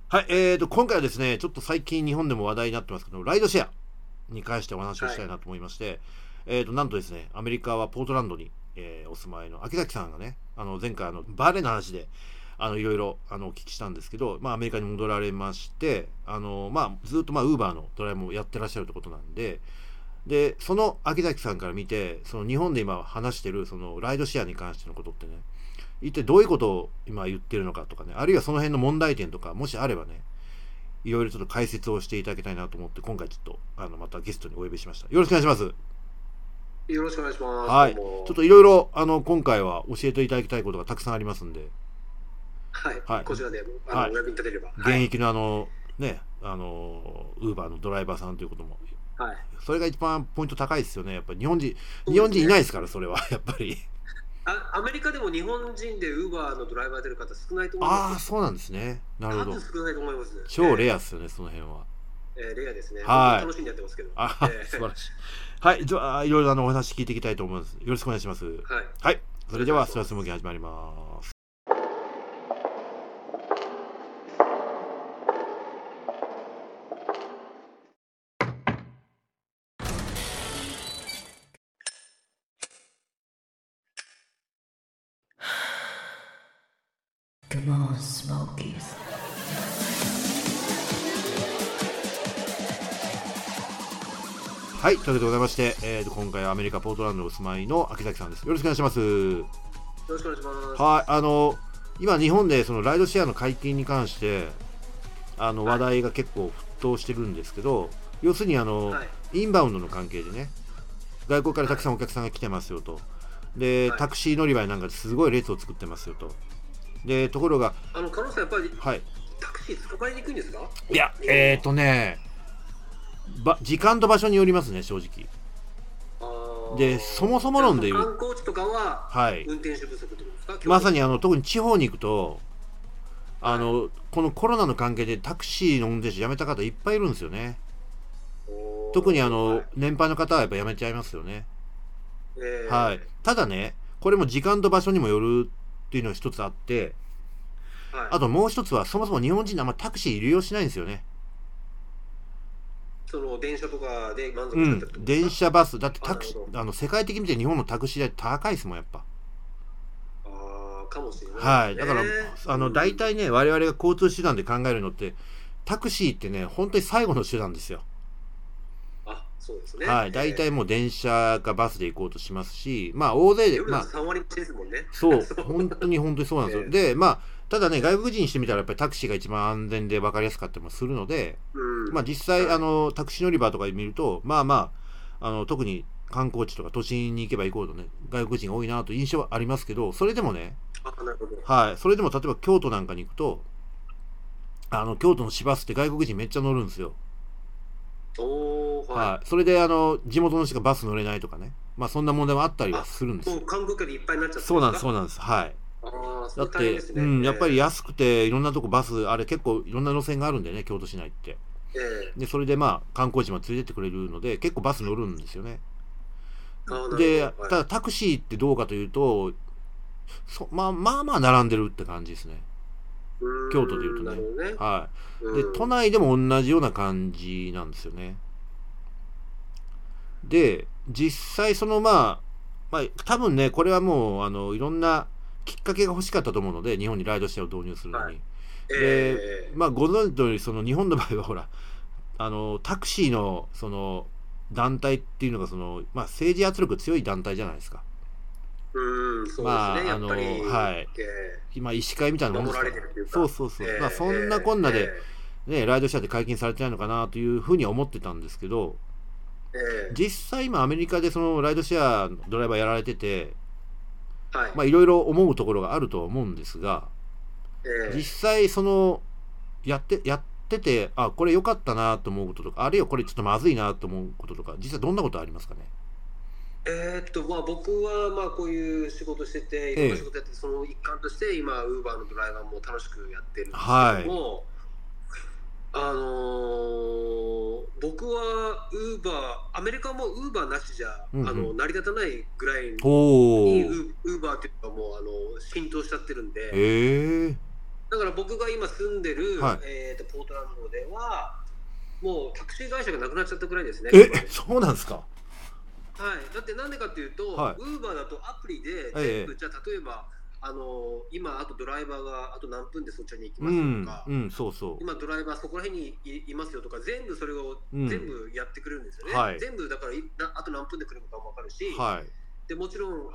はい、今回はですね、ちょっと最近日本でも話題になってますけど、ライドシェアに関してお話をしたいなと思いまして、なんとですね、アメリカはポートランドに、お住まいの秋崎さんがね、前回バーレーの話で、いろいろお聞きしたんですけど、アメリカに戻られまして、ずっとウーバーのドライブもやってらっしゃるってことなんで、で、その秋崎さんから見て、その日本で今話してる、そのライドシェアに関してのことってね、一体どういうことを今言ってるのかとかね、あるいはその辺の問題点とか、もしあればね、いろいろちょっと解説をしていただきたいなと思って、今回ちょっとまたゲストにお呼びしました。よろしくお願いします。 よろしくお願いします。 はい。ちょっといろいろ今回は教えていただきたいことがたくさんありますんで、 はい。 はい、 こちらでお役に立てれば。 現役のね、ウーバーのドライバーさんということも、 はい。 それが一番ポイント高いですよね。やっぱり日本人いないですから、それはやっぱり。 アメリカでも日本人でウーバーのドライバー出る方少ないと思います。 ああ、そうなんですね。なるほど。 数少ないと思います。 超レアですよね、その辺は。 レアですね。 はい。 楽しんでやってますけど。 素晴らしい。はい、じゃあいろいろお話聞いていきたいと思います。よろしくお願いします。 はい。 はい。それではスラスモキ始まります。 Come on, Smokies. はい、というわけでございまして、今回はアメリカポートランドにお住まいの秋崎さんです。よろしくお願いします。よろしくお願いします。 はい、今日本でそのライドシェアの解禁に関して話題が結構沸騰してるんですけど、要するにインバウンドの関係でね、外国からたくさんお客さんが来てますよと。で、タクシー乗り場なんかですごい列を作ってますよと。で、ところが加納さん、やっぱり、 はい、 タクシー捕まえにくいんですか？ いや、時間と場所によりますね、正直。で、そもそも論で言う、 観光地とかは、 はい、 運転手不足ってことですか？ まさに特に地方に行くとこのコロナの関係でタクシーの運転手辞めた方いっぱいいるんですよね。特に年配の方はやっぱ辞めちゃいますよね。はい。ただね、これも時間と場所にもよるっていうのが一つあって、あともう一つはそもそも日本人あんまタクシー利用しないんですよね。 その電車とかで満足しちゃってるってことですか？ 電車バスだってタクシー世界的に見て日本のタクシー代高いですもん、やっぱ。 かもしれない、 はい。だから大体ね、我々が交通手段で考えるのってタクシーってね、本当に最後の手段ですよ。 そうですね。 はい。大体もう電車かバスで行こうとしますし、大勢で 3割ですもんね。 そう本当にそうなんですよ。で、ただね、外国人にしてみたらやっぱりタクシーが一番安全で分かりやすかったりもするので、実際タクシー乗り場とかで見ると特に観光地とか都心に行けば行こうとね、外国人が多いなという印象はありますけど、それでもね、はい、それでも例えば京都なんかに行くと京都の市バスって外国人めっちゃ乗るんですよ。はい。それで地元の人がバス乗れないとかね、そんな問題もあったりはするんですよ。 もう観光客でいっぱいになっちゃった。 そうなんです。はい。だって、やっぱり安くていろんなとこバスあれ結構いろんな路線があるんでね、京都市内って。でそれで観光地まで連れてってくれるので結構バス乗るんですよね。でただタクシーってどうかというと並んでるって感じですね。京都でいうとね。はい。で都内でも同じような感じなんですよね。で実際多分ね、これはもういろんなきっかけが欲しかったと思うので、日本にライドシェアを導入するのに。でご存知のように日本の場合はほらタクシーの団体っていうのが政治圧力強い団体じゃないですか。 そうですね、やっぱりはい、今医師会みたいなもんですから。そうそんなこんなで、ね、ライドシェアで解禁されてないのかなというふうには思ってたんですけど、実際今アメリカでライドシェアドライバーやられてて、いろいろ思うところがあるとは思うんですが、実際やっててこれ良かったなと思うこととか、あるいはこれちょっとまずいなと思うこととか、実際どんなことありますかね？ 僕はこういう仕事してて、いろんな仕事やってて、その一環として今ウーバーのドライバーも楽しくやってるんですけども、僕はウーバー、アメリカもウーバーなしじゃ、成り立たないぐらいにウーバーっていうのがもう浸透しちゃってるんで、だから僕が今住んでる、 はもうタクシー会社がなくなっちゃったくらいですね。 そうなんですか。 はい、だってなんでかっていうと、 はい、 ウーバーだとアプリで全部、じゃあ例えば今あとドライバーがあと何分でそちらに行きますよとか、 そうそう。 今ドライバーそこら辺にいますよとか、全部それを全部やってくれるんですよね。 はい、 全部だからあと何分で来るのかも分かるし、 はい、 でもちろんもう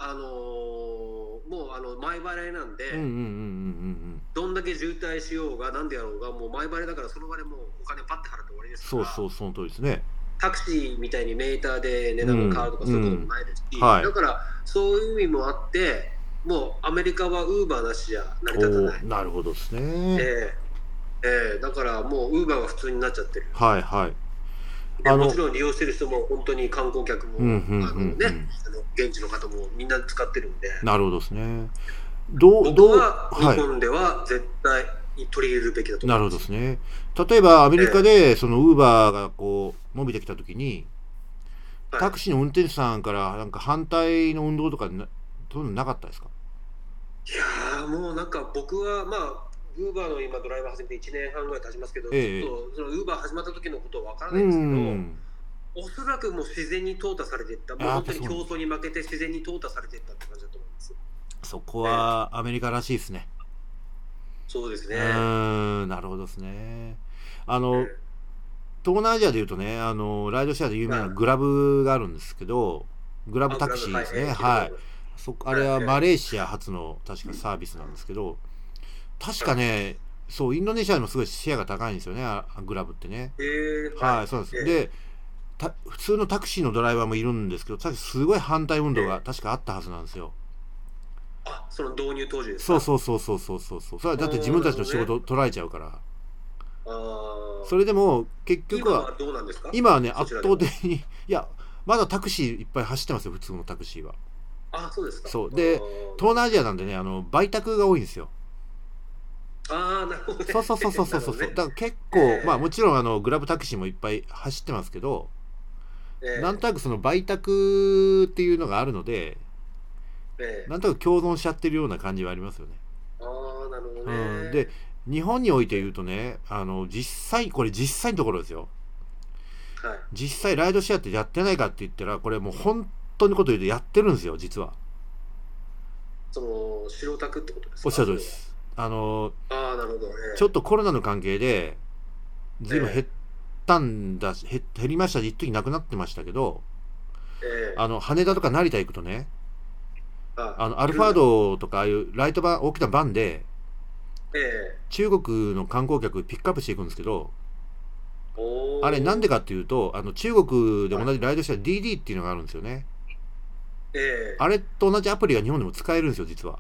前払いなんで、どんだけ渋滞しようが何でやろうがもう前払いだから、その場でもうお金パッて払って終わりですから。 そうその通りですね。 タクシーみたいにメーターで値段が変わるとかそういうこともないですし、 はい、 だからそういう意味もあってもうアメリカはウーバーなしじゃ成り立たない。 なるほどですね。 だからもうウーバーが普通になっちゃってる。 はいはい。 もちろん利用してる人も本当に観光客も現地の方もみんな使ってるんで。 なるほどですね。 僕は日本では絶対に取り入れるべきだと思います。 なるほどですね。例えばアメリカでそのウーバーがこう伸びてきたときに、タクシーの運転手さんからなんか反対の運動とかそういうのなかったですか？ いやもうなんか僕はまあウーバーの今ドライバー始めて1年半ぐらい経ちますけど、ちょっとそのウーバー始まった時のことは分からないんですけど、おそらくもう自然に淘汰されていった、もう本当に競争に負けて自然に淘汰されていったって感じだと思います。 そこはアメリカらしいですね。 そうですね。 なるほどですね。東南アジアでいうとね、ライドシェアで有名なグラブがあるんですけど、グラブタクシーですね。はい。あれはマレーシア初の確かサービスなんですけど、確かね、そうインドネシアでもすごいシェアが高いんですよね、グラブってね。はい、そうなんです。で、普通のタクシーのドライバーもいるんですけど、確かすごい反対運動が確かあったはずなんですよ。 その導入当時ですか？ そう。それはだって自分たちの仕事取られちゃうから。それでも結局は今はね圧倒的にいやまだタクシーいっぱい走ってますよ、普通のタクシーは。 そうですか。 そうで東南アジアなんでね売却が多いんですよ。 なるほどね。 そうだから結構まあもちろんグラブタクシーもいっぱい走ってますけど、なんとなくその売却っていうのがあるので、なんとなく共存しちゃってるような感じはありますよね。 なるほどね。 で日本において言うとね、実際のところですよ。実際ライドシェアってやってないかって言ったら、これもう本当にこと言うとやってるんですよ、実は。 その白タクってことですか？ おっしゃるとおりです。 なるほど。 ちょっとコロナの関係で随分減ったんだ、減りましたし、一時なくなってましたけど、羽田とか成田行くとね、アルファードとかああいうライトバン、大きなバンで、中国の観光客ピックアップしていくんですけど、あれなんでかっていうと、中国で同じライドシェア DD っていうのがあるんですよね。あれと同じアプリが日本でも使えるんですよ、実は。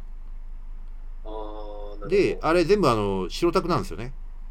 で、あれ全部白タクなんですよね。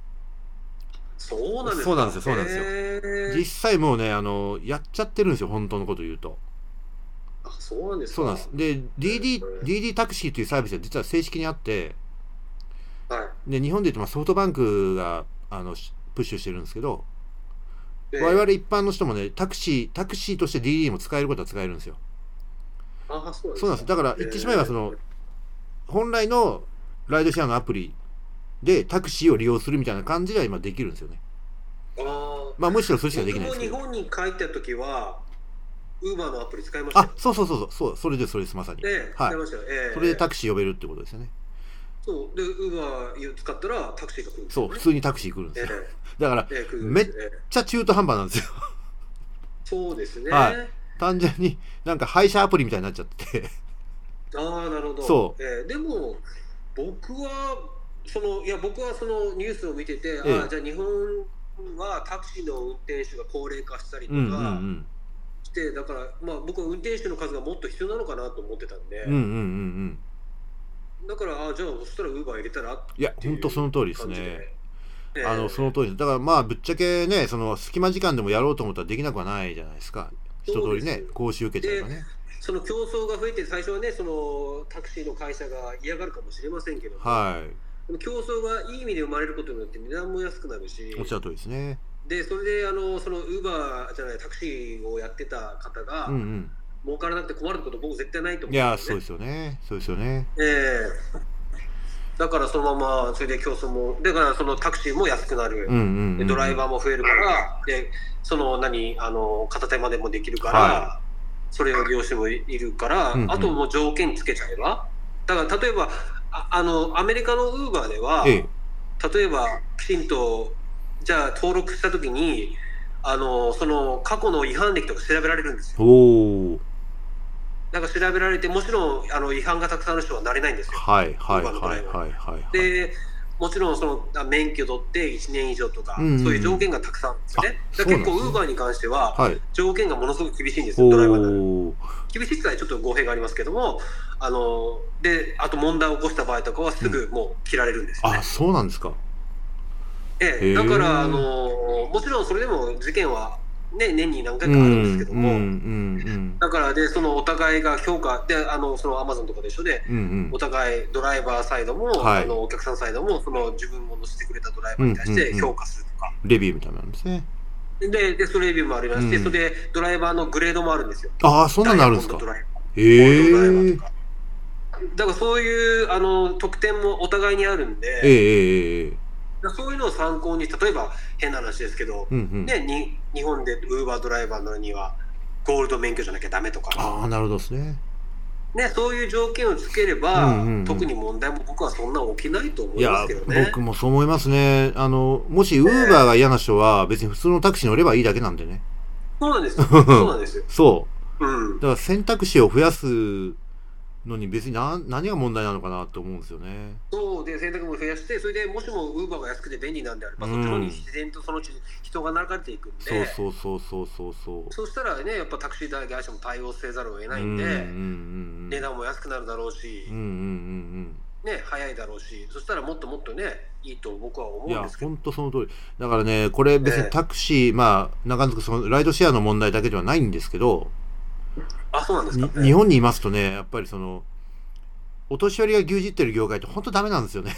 そうなんですか。 そうなんですよ。実際もうねやっちゃってるんですよ、本当のこと言うと。 そうなんですか。 そうなんです。で DD タクシーというサービスは実は正式にあって、で日本で言うとソフトバンクがプッシュしてるんですけど、我々一般の人もねタクシーとして DD も使えることは使えるんですよ。そうなんです。だから言ってしまえばその本来のライドシェアのアプリでタクシーを利用するみたいな感じでは今できるんですよね。まあむしろそれしかできないですけど。 僕も日本に帰った時はウーバーのアプリ使いましたよ。 そうそれですまさに。はい。それでタクシー呼べるってことですよね。 そうでウーバー使ったらタクシーが来るんですよね。 そう普通にタクシー来るんですよ。だからめっちゃ中途半端なんですよ。 そうですね。 はい。単純になんか配車アプリみたいになっちゃってて。 なるほど。 そう。でも僕はそのニュースを見てて、じゃあ日本はタクシーの運転手が高齢化したりとかして、だからまあ僕は運転手の数がもっと必要なのかなと思ってたんで。だからじゃあそしたらウーバー入れたらっていう。 いや本当その通りですね。その通りです。だからまあぶっちゃけね、その隙間時間でもやろうと思ったらできなくはないじゃないですか。一通りね講習受けちゃえばね。 その競争が増えて最初はねそのタクシーの会社が嫌がるかもしれませんけども、でも競争がいい意味で生まれることによって値段も安くなるし。 おっしゃる通りですね。 でそれでそのウーバーじゃないタクシーをやってた方が、儲からなくて困ること僕絶対ないと思うんですよね。 いやそうですよね。 だからそのままそれで競争もだからそのタクシーも安くなる、 うんうんうんでドライバーも増えるからでその片手間でもできるから、 はそれを利用してもいるから、 うんうんあともう条件つけちゃえばだから例えばアメリカのウーバーでは、 ええ例えばきちんとじゃあ登録した時にその過去の違反歴とか調べられるんですよ。 おおなんか調べられてもちろん違反がたくさんある人はなれないんですよ。 はいはいはいはいウーバーのドライバーはいはいでもちろんその免許取って1年以上とか、 うんうんうんそういう条件がたくさんあるんですよね。だから結構ウーバーに関してははい条件がものすごく厳しいんですよ、ドライバーになる。 おお厳しいってのはちょっと語弊がありますけども、であと問題を起こした場合とかはすぐもう切られるんですよね。 あ、そうなんですか。 だからもちろんそれでも事件は、ね、年に何回かあるんですけども、だからでそのお互いが評価でそのアマゾンとかで一緒で、お互いドライバーサイドも、 はいお客さんサイドもその自分を乗せてくれたドライバーに対して評価するとか、 レビューみたいなんですね。 でそれレビューもありまして、それでドライバーのグレードもあるんですよ。 ああ、そんなのあるんですか。 ダイヤモンドドライバーえゴールドドライバーえとかだからそういう特典もお互いにあるんで、そういうのを参考に、例えば変な話ですけど、日本でウーバードライバーのにはゴールド免許じゃなきゃダメとか、 ああ、なるほどですね。 そういう条件をつければ、特に問題も僕はそんな起きないと思いますけどね。 僕もそう思いますね。もしウーバーが嫌な人は別に普通のタクシー乗ればいいだけなんでね。 そうなんですよ。そうなんですよ。 そう。だから選択肢を増やすのに別に何が問題なのかなと思うんですよね。 そうで選択も増やして、それでもしもウーバーが安くて便利なんであれば、そっちの方に自然とそのうち人が流れていくんで、そうしたらね、やっぱタクシー会社も対応せざるを得ないんで、値段も安くなるだろうし、早いだろうし、そしたらもっともっとねいいと僕は思うんですけど。 いや本当その通りだからね、これ別にタクシー、中野そのライドシェアの問題だけではないんですけど、 そうなんですか。 日本にいますとね、やっぱりそのお年寄りが牛耳ってる業界って本当ダメなんですよね。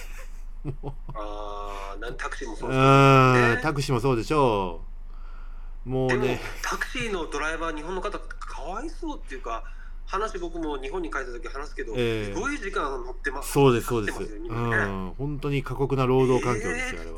タクシーもそうですね。 タクシーもそうでしょう。もうね、 でもタクシーのドライバー、日本の方かわいそうっていうか、話僕も日本に帰った時話すけど、すごい時間乗ってます。 そうですそうです。本当に過酷な労働環境ですよ、あれは。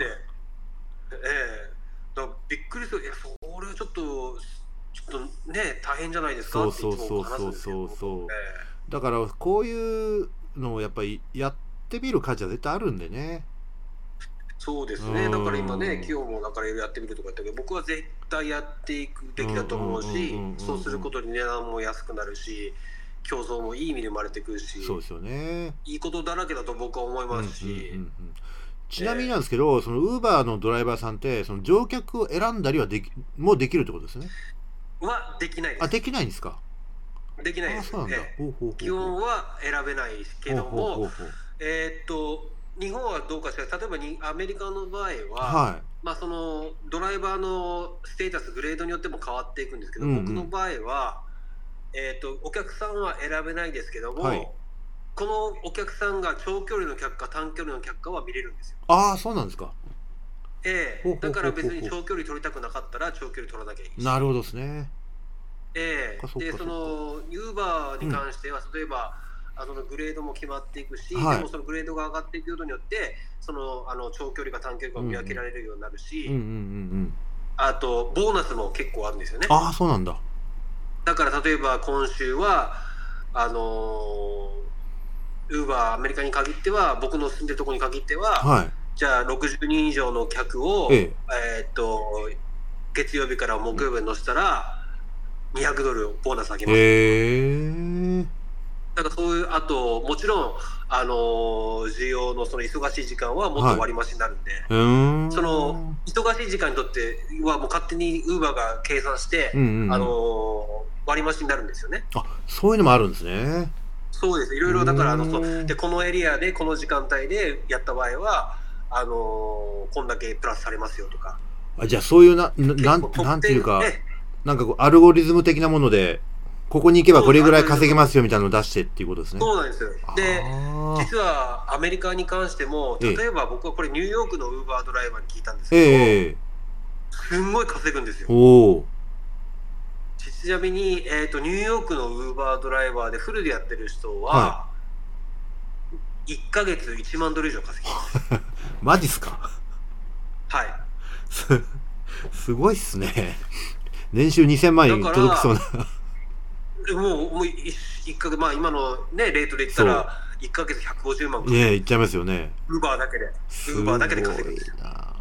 だびっくりする。いや、それはちょっとね大変じゃないですか。 そうだからこういうのをやっぱりやってみる価値は絶対あるんでね。 そうですね。だから今ね、今日もだからやってみるとか言ったけど、僕は絶対やっていくべきだと思うし、そうすることに値段も安くなるし、競争もいい意味で生まれてくるし、 そうですよね。 いいことだらけだと僕は思いますし。 ちなみになんですけど、そのウーバーのドライバーさんってその乗客を選んだりはできるってことですね。 はできないです。 できないんですか。 できないです。 そうなんだ。 基本は選べないけども、日本はどうかしら。例えばアメリカの場合は、そのドライバーのステータス、グレードによっても変わっていくんですけど、僕の場合は、お客さんは選べないですけども、このお客さんが長距離の客か短距離の客かは見れるんですよ。 そうなんですか。 だから別に長距離取りたくなかったら長距離取らなきゃいいし。 なるほどですね。 でそのユーバーに関しては、例えばそのグレードも決まっていくし、でもそのグレードが上がっていくことによってその長距離か短距離かを見分けられるようになるし、あとボーナスも結構あるんですよね。 そうなんだ。 だから例えば今週はウーバーアメリカに限っては、僕の住んでるところに限っては、じゃあ60人以上の客を、月曜日から木曜日に乗せたら$200ボーナスあげます。だからそういう、あともちろん需要のその忙しい時間はもっと割増になるんで、その忙しい時間にとってはもう勝手にウーバーが計算して、割増になるんですよね。 そういうのもあるんですね。 そうです。いろいろだからでこのエリアでこの時間帯でやった場合はこんだけプラスされますよとか。 じゃあそういうなんていうか、なんかこうアルゴリズム的なものでここに行けばこれぐらい稼げますよみたいなのを出してっていうことですね。 そうなんですよ。で実はアメリカに関しても、例えば僕はこれニューヨークのウーバードライバーに聞いたんですけど、すんごい稼ぐんですよ。ちなみに、ニューヨークのウーバードライバーでフルでやってる人は、 1ヶ月1万ドル以上稼ぎます。 マジっすか？ はい。 すごいっすね。年収2000万円届きそうな。 もう1ヶ月、まあ今のね、レートで言ったら、1ヶ月150万。 いや、いっちゃいますよね。 ウーバーだけで。ウーバーだけで稼ぐんですよ。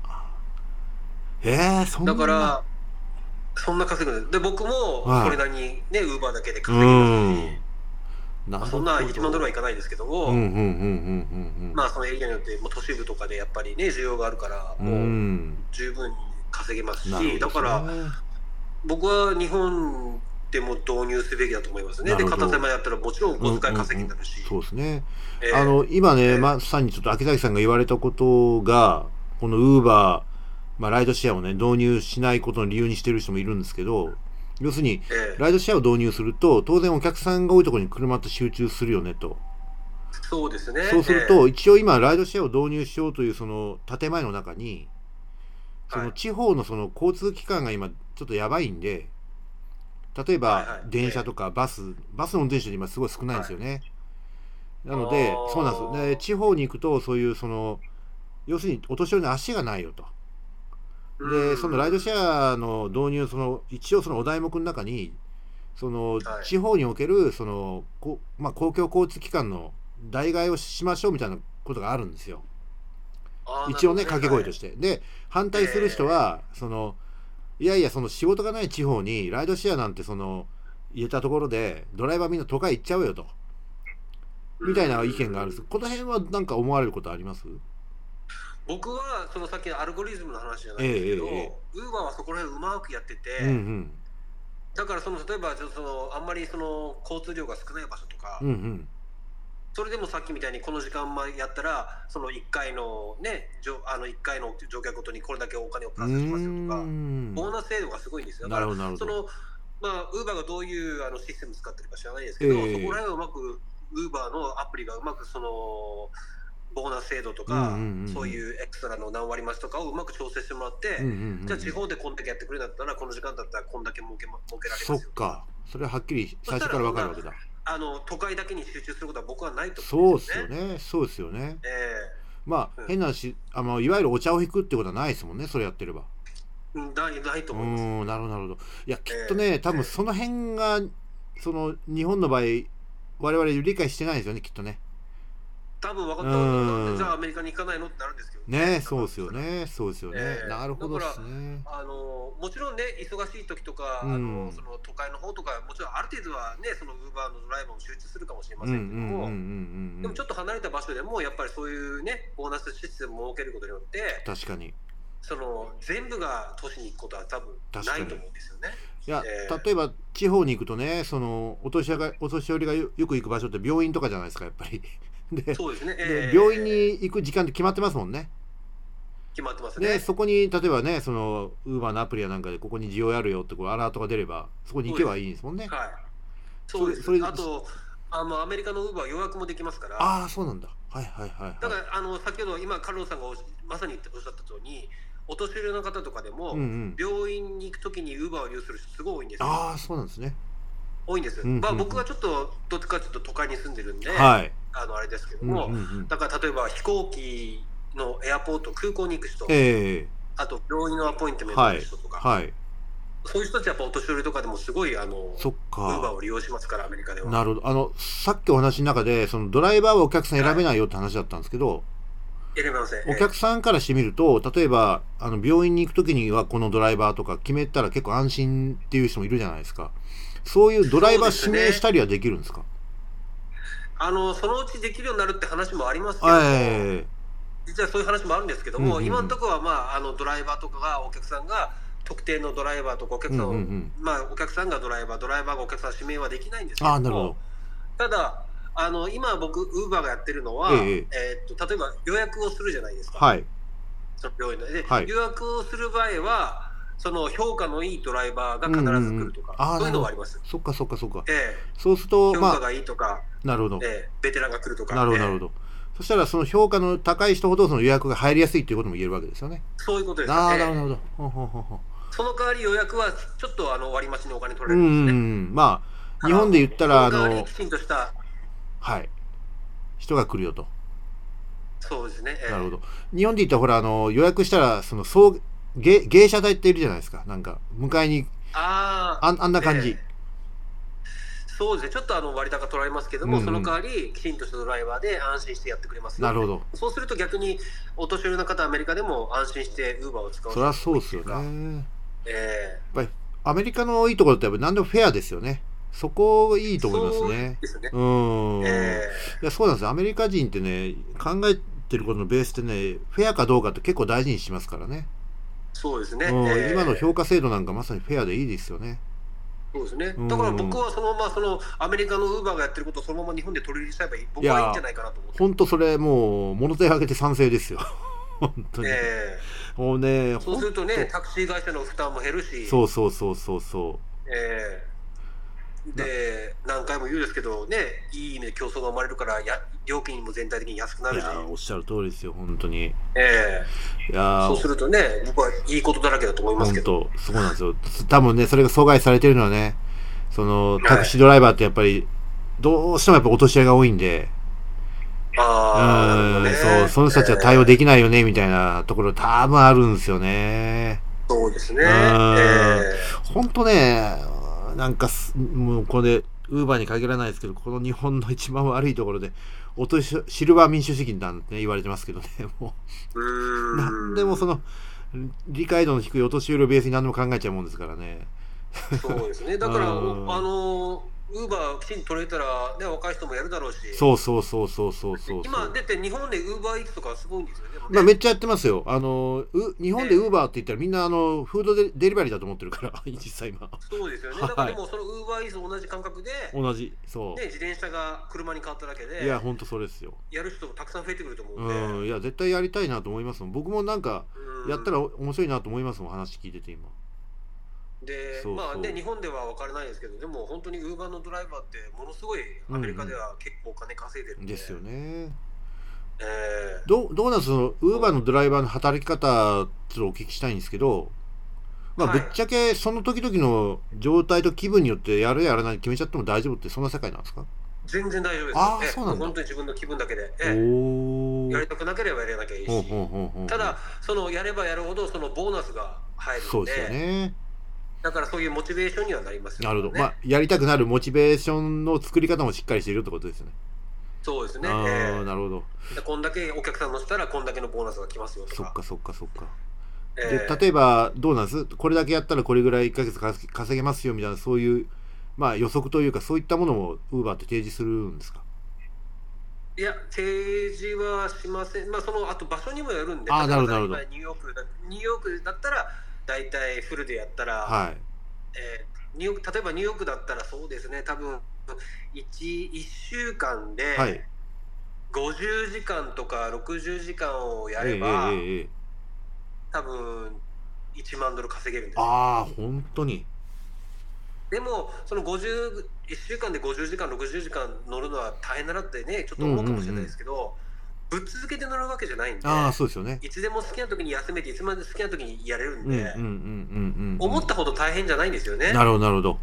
そんな。 だから、そんな稼ぐんです。で、僕もそれなりにね、ウーバーだけで稼ぎますし、そんな1万ドルはいかないですけども、まあそのエリアによってもう都市部とかでやっぱりね、需要があるから、もう十分に稼げますし、だから僕は日本でも導入すべきだと思いますね。で、片手間やったらもちろん小遣い稼ぎになるし。 そうですね。今ね、まさにちょっと秋崎さんが言われたことが、このウーバー、ライドシェアをね、導入しないことの理由にしてる人もいるんですけど、要するに、ライドシェアを導入すると、当然お客さんが多いところに車って集中するよねと。 そうですね。 そうすると、一応今、ライドシェアを導入しようというその建前の中に、その地方のその交通機関が今、ちょっとやばいんで、例えば電車とかバスの運転手で今すごい少ないんですよね。なので、そうなんですよ。で、地方に行くと、そういうその、要するにお年寄りの足がないよと。で、そのライドシェアの導入、一応そのお題目の中に、地方におけるその公共交通機関の代替をしましょうみたいなことがあるんですよ。一応ね、掛け声として。で、反対する人は、いやいや、その仕事がない地方にライドシェアなんて入れたところでドライバーみんな都会行っちゃうよと、みたいな意見があるんです。この辺は何か思われることあります？ 僕はさっきのアルゴリズムの話じゃないですけど、ウーバーはそこら辺うまくやってて、だから例えばあんまり交通量が少ない場所とか、それでもさっきみたいにこの時間までやったら1回のね1回の乗客ごとにこれだけお金をプラスしますよとか、ボーナス制度がすごいんですよ。だからウーバーがどういうシステム使ってるか知らないですけど、そこら辺はうまくウーバーのアプリがうまくボーナス制度とか、そういうエクストラの何割増しとかをうまく調整してもらって、じゃあ地方でこんだけやってくれるんだったらこの時間だったらこんだけ儲けられますよ。 そっか、それははっきり最初から分かるわけだ。 都会だけに集中することは僕はないと思うんですよね。 そうですよね。変な話、いわゆるお茶を引くってことはないですもんね、それやってれば。 ないと思います。 なるほど。いや、きっとね、多分その辺が日本の場合我々理解してないですよね、きっとね。 多分分かった。じゃあアメリカに行かないのってなるんですけどね。そうですよね。なるほどですね。 もちろんね、忙しい時とか都会の方とかもちろんある程度はね、ウーバーのドライバーも集中するかもしれませんけども、でもちょっと離れた場所でもやっぱりそういうねボーナスシステムを設けることによって、 確かに全部が都市に行くことは多分ないと思うんですよね。 いや、例えば地方に行くとね、お年寄りがよく行く場所って病院とかじゃないですか、やっぱり。 そうですね。 で病院に行く時間って決まってますもんね。 決まってますね。 でそこに例えばね、ウーバーのアプリやなんかでここに需要あるよってアラートが出ればそこに行けばいいんですもんね。 はい。そうです。あとアメリカのウーバー予約もできますから。 ああ、そうなんだ。はい。だから先ほど今カルロさんがまさにおっしゃったように、お年寄りの方とかでも、病院に行くときにウーバーを利用する人すごい多いんですよ。 ああ、そうなんですね。 多いんです。僕はちょっとどっちかというと都会に住んでるんで、 はい、 あれですけども、だから例えば飛行機のエアポート、空港に行く人、あと病院のアポイントメントの人とか、そういう人たちはやっぱお年寄りとかでもすごいウーバーを利用しますから、アメリカでは。 なるほど。さっきお話の中でドライバーはお客さん選べないよって話だったんですけど、 選べません。 お客さんからしてみると、例えば病院に行くときにはこのドライバーとか決めたら結構安心っていう人もいるじゃないですか。そういうドライバー指名したりはできるんですか？ そのうちできるようになるって話もありますけど、実はそういう話もあるんですけども、今のところはドライバーとかがお客さんが特定のドライバーとかお客さんを、お客さんがドライバーがお客さん指名はできないんですけども、ただ今僕ウーバーがやってるのは、例えば予約をするじゃないですか。その病院で、予約をする場合は評価のいいドライバーが必ず来るとか、そういうのはあります。 そっか。そうすると評価がいいとか、 なるほど。 ベテランが来るとか。 なるほど。そしたらその評価の高い人ほど予約が入りやすいということも言えるわけですよね。 そういうことですね。 なるほど。 その代わり予約はちょっと割増しにお金取れるんですね。 日本で言ったらきちんとした人が来るよと。 そうですね。 なるほど。日本で言ったらほら予約したらその芸者代っているじゃないですか。なんか迎えにあんな感じ。 そうですね、ちょっと割高取られますけども、その代わりきちんとしたドライバーで安心してやってくれますよ、 なるほど。 そうすると逆にお年寄りの方、アメリカでも安心してウーバーを使う。 そりゃそうですよね。やっぱりアメリカのいいところってやっぱ何でもフェアですよね。そこいいと思いますね。いやそうなんですよ。アメリカ人ってね、考えてることのベースってね、フェアかどうかって結構大事にしますからね。 そうですね。 今の評価制度なんかまさにフェアでいいですよね。 そうですね。だから僕はそのままアメリカのウーバーがやってることをそのまま日本で取り入れちゃえば僕はいいんじゃないかなと思って。 本当それもう物手を挙げて賛成ですよ。本当に。もうね。 そうするとね、タクシー会社の負担も減るし。 そう。 で何回も言うんですけどね、いい意味で競争が生まれるから料金も全体的に安くなるし。いやおっしゃる通りですよ本当に。 いやそうするとね、僕はいいことだらけだと思いますけど。 本当そうなんですよ。多分ねそれが阻害されてるのはね、そのタクシードライバーってやっぱりどうしてもやっぱお年寄りが多いんで。そうその人たちは対応できないよねみたいなところ多分あるんですよね。 そうですね。 本当ね。なんかもうこれウーバーに限らないですけど、この日本の一番悪いところでシルバー民主主義なんて、ね、言われてますけどね、もう何でもその理解度の低いお年寄りをベースに何でも考えちゃうもんですからね。 そうですね。だからウーバーきちんと取れたら、ね、若い人もやるだろうし。 そう。 今出て日本でウーバーイーツとかすごいんですよね。 めっちゃやってますよ。日本でウーバーって言ったらみんなフードデリバリーだと思ってるから実際今。 そうですよね。だからでもそのウーバーイーツと同じ感覚で同じそう、 ね、自転車が車に変わっただけで。 いや本当それですよ。 やる人もたくさん増えてくると思うんで。 いや絶対やりたいなと思いますもん。僕もなんかやったら面白いなと思いますもん、話聞いてて今。 でまあね、日本では分からないですけど、でも本当にウーバーのドライバーってものすごいアメリカでは結構お金稼いでるんで、 ですよね。どうなんそのウーバーのドライバーの働き方ちょっとお聞きしたいんですけど、ぶっちゃけその時々の状態と気分によってやるやらない決めちゃっても大丈夫ってそんな世界なんですか？ 全然大丈夫です。 ああそうなんだ。 本当に自分の気分だけで、やりたくなければやらなきゃいいし、ただそのやればやるほどそのボーナスが入るので、 そうですよね。 だからそういうモチベーションにはなりますよね。 なるほど。やりたくなるモチベーションの作り方もしっかりしているってことですよね。 そうですね。 なるほど。 こんだけお客さん乗せたらこんだけのボーナスが来ますよとか。 そっか。で例えばどうなんです？これだけやったらこれぐらい1ヶ月稼げますよみたいな、そういう予測というかそういったものもウーバーって提示するんですか？ いや提示はしません。あと場所にもよるんで。 なるほど。 ニューヨークだったらだいたいフルでやったら、例えばニューヨークだったらそうですね、多分1週間で50時間とか60時間をやれば、多分1万ドル稼げるんですよ。 本当に。 でもその1週間で50時間60時間乗るのは大変だなってね、ちょっと思うかもしれないですけど、ぶっ続けて乗るわけじゃないんで、 そうですよね。 いつでも好きな時に休めて、いつまで好きな時にやれるんで、思ったほど大変じゃないんですよね。 なるほど。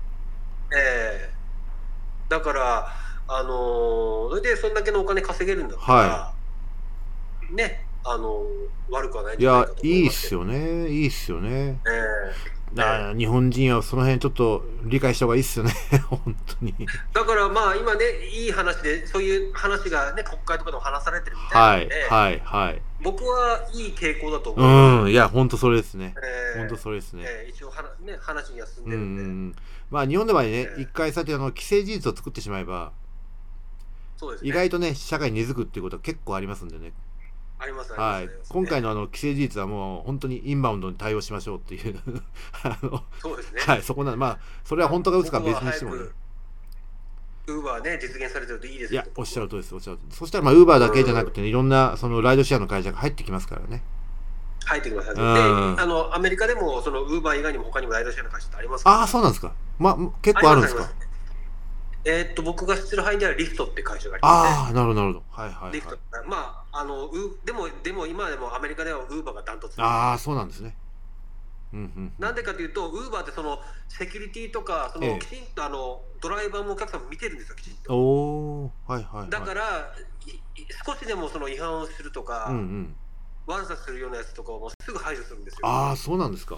だからそれでそんだけのお金稼げるんだったら、ね、悪くはないんじゃないかと思います。 いいっすよね。日本人はその辺ちょっと理解した方がいいっすよね本当に。だから今ね、いい話でそういう話がね国会とかでも話されてるみたいなので、僕はいい傾向だと思います。 いや本当それですね。本当それですね。 一応話には進んでるんで、 日本ではね、一回さて既成事実を作ってしまえば、 そうですね、 意外とね社会に根付くっていうことは結構ありますんでね。今回の既成事実はもう本当にインバウンドに対応しましょうっていうそうですね。 そこなんそれは本当か嘘か別にしてもね。 ウーバーね実現されてるといいです。 いやおっしゃるとおりです。そしたらウーバーだけじゃなくて、いろんなそのライドシェアの会社が入ってきますからね。 入ってきます。でアメリカでもそのウーバー以外にも他にもライドシェアの会社ってありますから。 そうなんですか。結構あるんですか。 僕が知ってる範囲ではリフトって会社がありますね。 なるほど。 リフト。でも今でもアメリカではウーバーがダントツ。 そうなんですね。 なんでかというと、ウーバーってそのセキュリティとかそのきちんとドライバーもお客さんも見てるんですよ、きちんと。 はいはいはい、 だから少しでもその違反をするとか、悪さするようなやつとかをもうすぐ排除するんですよ。 ああ、そうなんですか。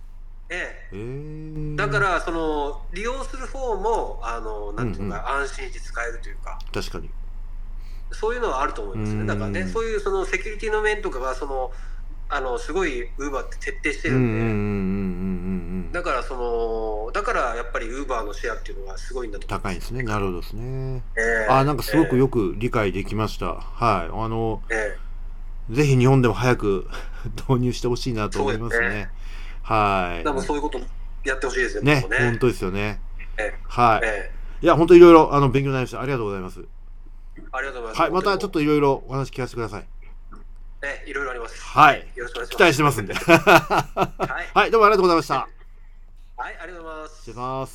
だからその利用する方もなんていうか、安心して使えるというか。 確かにそういうのはあると思いますね。だからね、そういうそのセキュリティの面とかがすごいウーバーって徹底してるんで、だからやっぱりウーバーのシェアっていうのはすごいんだと思います。 高いですね。なるほどですね。なんかすごくよく理解できました。はい。ぜひ日本でも早く導入してほしいなと思いますね。はい。 でもそういうことやってほしいですよね。本当ですよね。はい。いや、本当いろいろ勉強になりました。ありがとうございます。 ありがとうございます。 はい。またちょっといろいろお話聞かせてください。 いろいろあります。 はい。 よろしくお願いします。 期待してますんで。はい。どうもありがとうございました。 はい、ありがとうございます。 失礼します。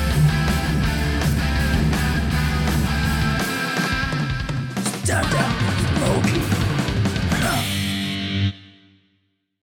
Down, down.